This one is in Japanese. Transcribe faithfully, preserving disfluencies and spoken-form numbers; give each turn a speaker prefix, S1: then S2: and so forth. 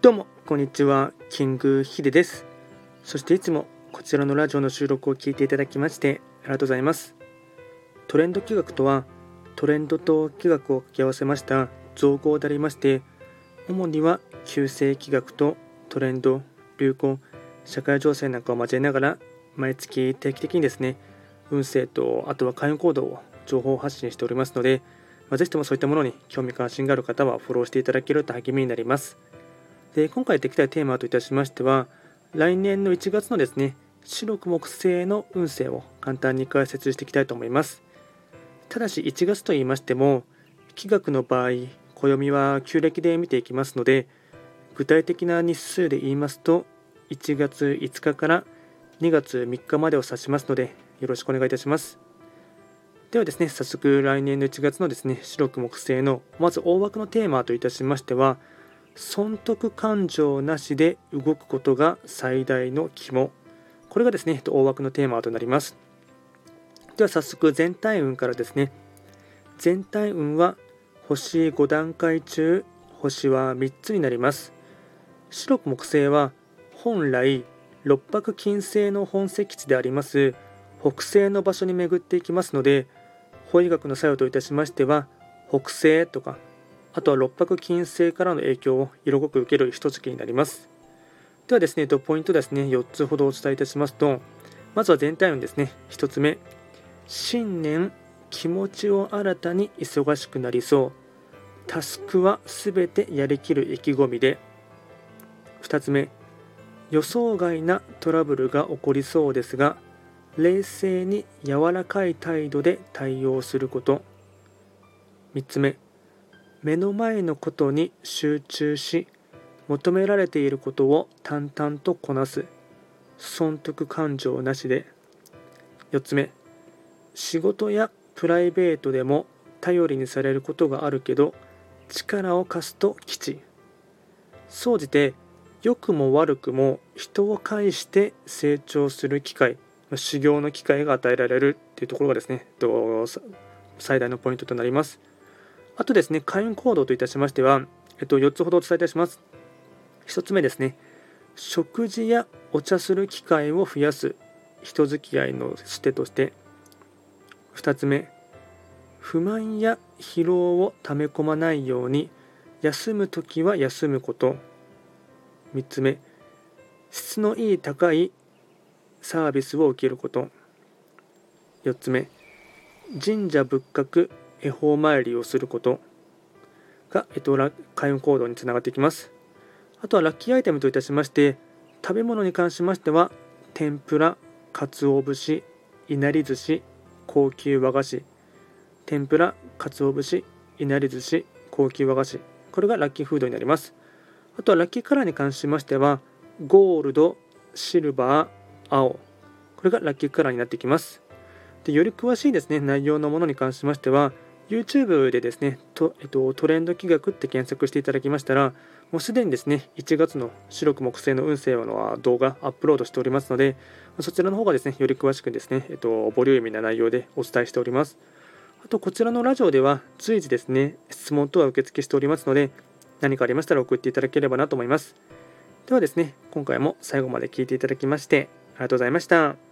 S1: どうもこんにちは、キングヒデです。そしていつもこちらのラジオの収録を聞いていただきましてありがとうございます。トレンド企画とは、トレンドと企画を掛け合わせました造語でありまして、主には旧世企画とトレンド、流行、社会情勢なんかを交えながら、毎月定期的にですね、運勢とあとは開運行動を情報発信しておりますので、まあ、ぜひともそういったものに興味関心がある方はフォローしていただけると励みになります。で今回やっていきたいテーマといたしましては、来年のいちがつのですね、白く木星の運勢を簡単に解説していきたいと思います。ただしいちがつと言いましても、気学の場合、暦は旧暦で見ていきますので、具体的な日数で言いますと、いちがついつかからにがつみっかまでを指しますので、よろしくお願いいたします。ではですね、早速来年のいちがつのですね、白く木星のまず大枠のテーマといたしましては、損得感情なしで動くことが最大の肝。これがですね、大枠のテーマとなります。では早速全体運からですね。全体運は星ご段階中、星はみっつになります。白く木星は本来六白金星の本石地であります北西の場所に巡っていきますので、法医学の作用といたしましては、北西とか、あとは六白金星からの影響を色濃く受ける一月になります。ではですね、ポイントですね、よっつほどお伝えいたしますと、まずは全体運ですね。ひとつめ、新年気持ちを新たに忙しくなりそう。タスクはすべてやりきる意気込みで。ふたつめ、予想外なトラブルが起こりそうですが、冷静に柔らかい態度で対応すること。みっつめ、目の前のことに集中し、求められていることを淡々とこなす。損得感情なしで。よっつめ、仕事やプライベートでも頼りにされることがあるけど、力を貸すと吉。総じて、良くも悪くも人を介して成長する機会、修行の機会が与えられるというところがですね、最大のポイントとなります。あとですね、開運行動といたしましては、えっと、よっつほどお伝えいたします。ひとつめですね、食事やお茶する機会を増やす、人付き合いの捨てとして。ふたつめ、不満や疲労をため込まないように、休むときは休むこと。みっつめ、質のいい高いサービスを受けること。よっつめ、神社仏閣恵方参りをすることが、えっと、開運行動につながっていきます。あとはラッキーアイテムといたしまして、食べ物に関しましては天ぷら、鰹節、いなり寿司、高級和菓子。天ぷら、鰹節、いなり寿司、高級和菓子、これがラッキーフードになります。あとはラッキーカラーに関しましてはゴールド、シルバー、青、これがラッキーカラーになってきます。でより詳しいですね、内容のものに関しましては YouTube でですね、とえっと、トレンド企画って検索していただきましたら、もうすでにですね、いちがつの白く木星の運勢の動画アップロードしておりますので、そちらの方がですね、より詳しくですね、えっと、ボリューミーな内容でお伝えしております。あと、こちらのラジオでは随時ですね、質問等は受付しておりますので、何かありましたら送っていただければなと思います。ではですね、今回も最後まで聞いていただきましてありがとうございました。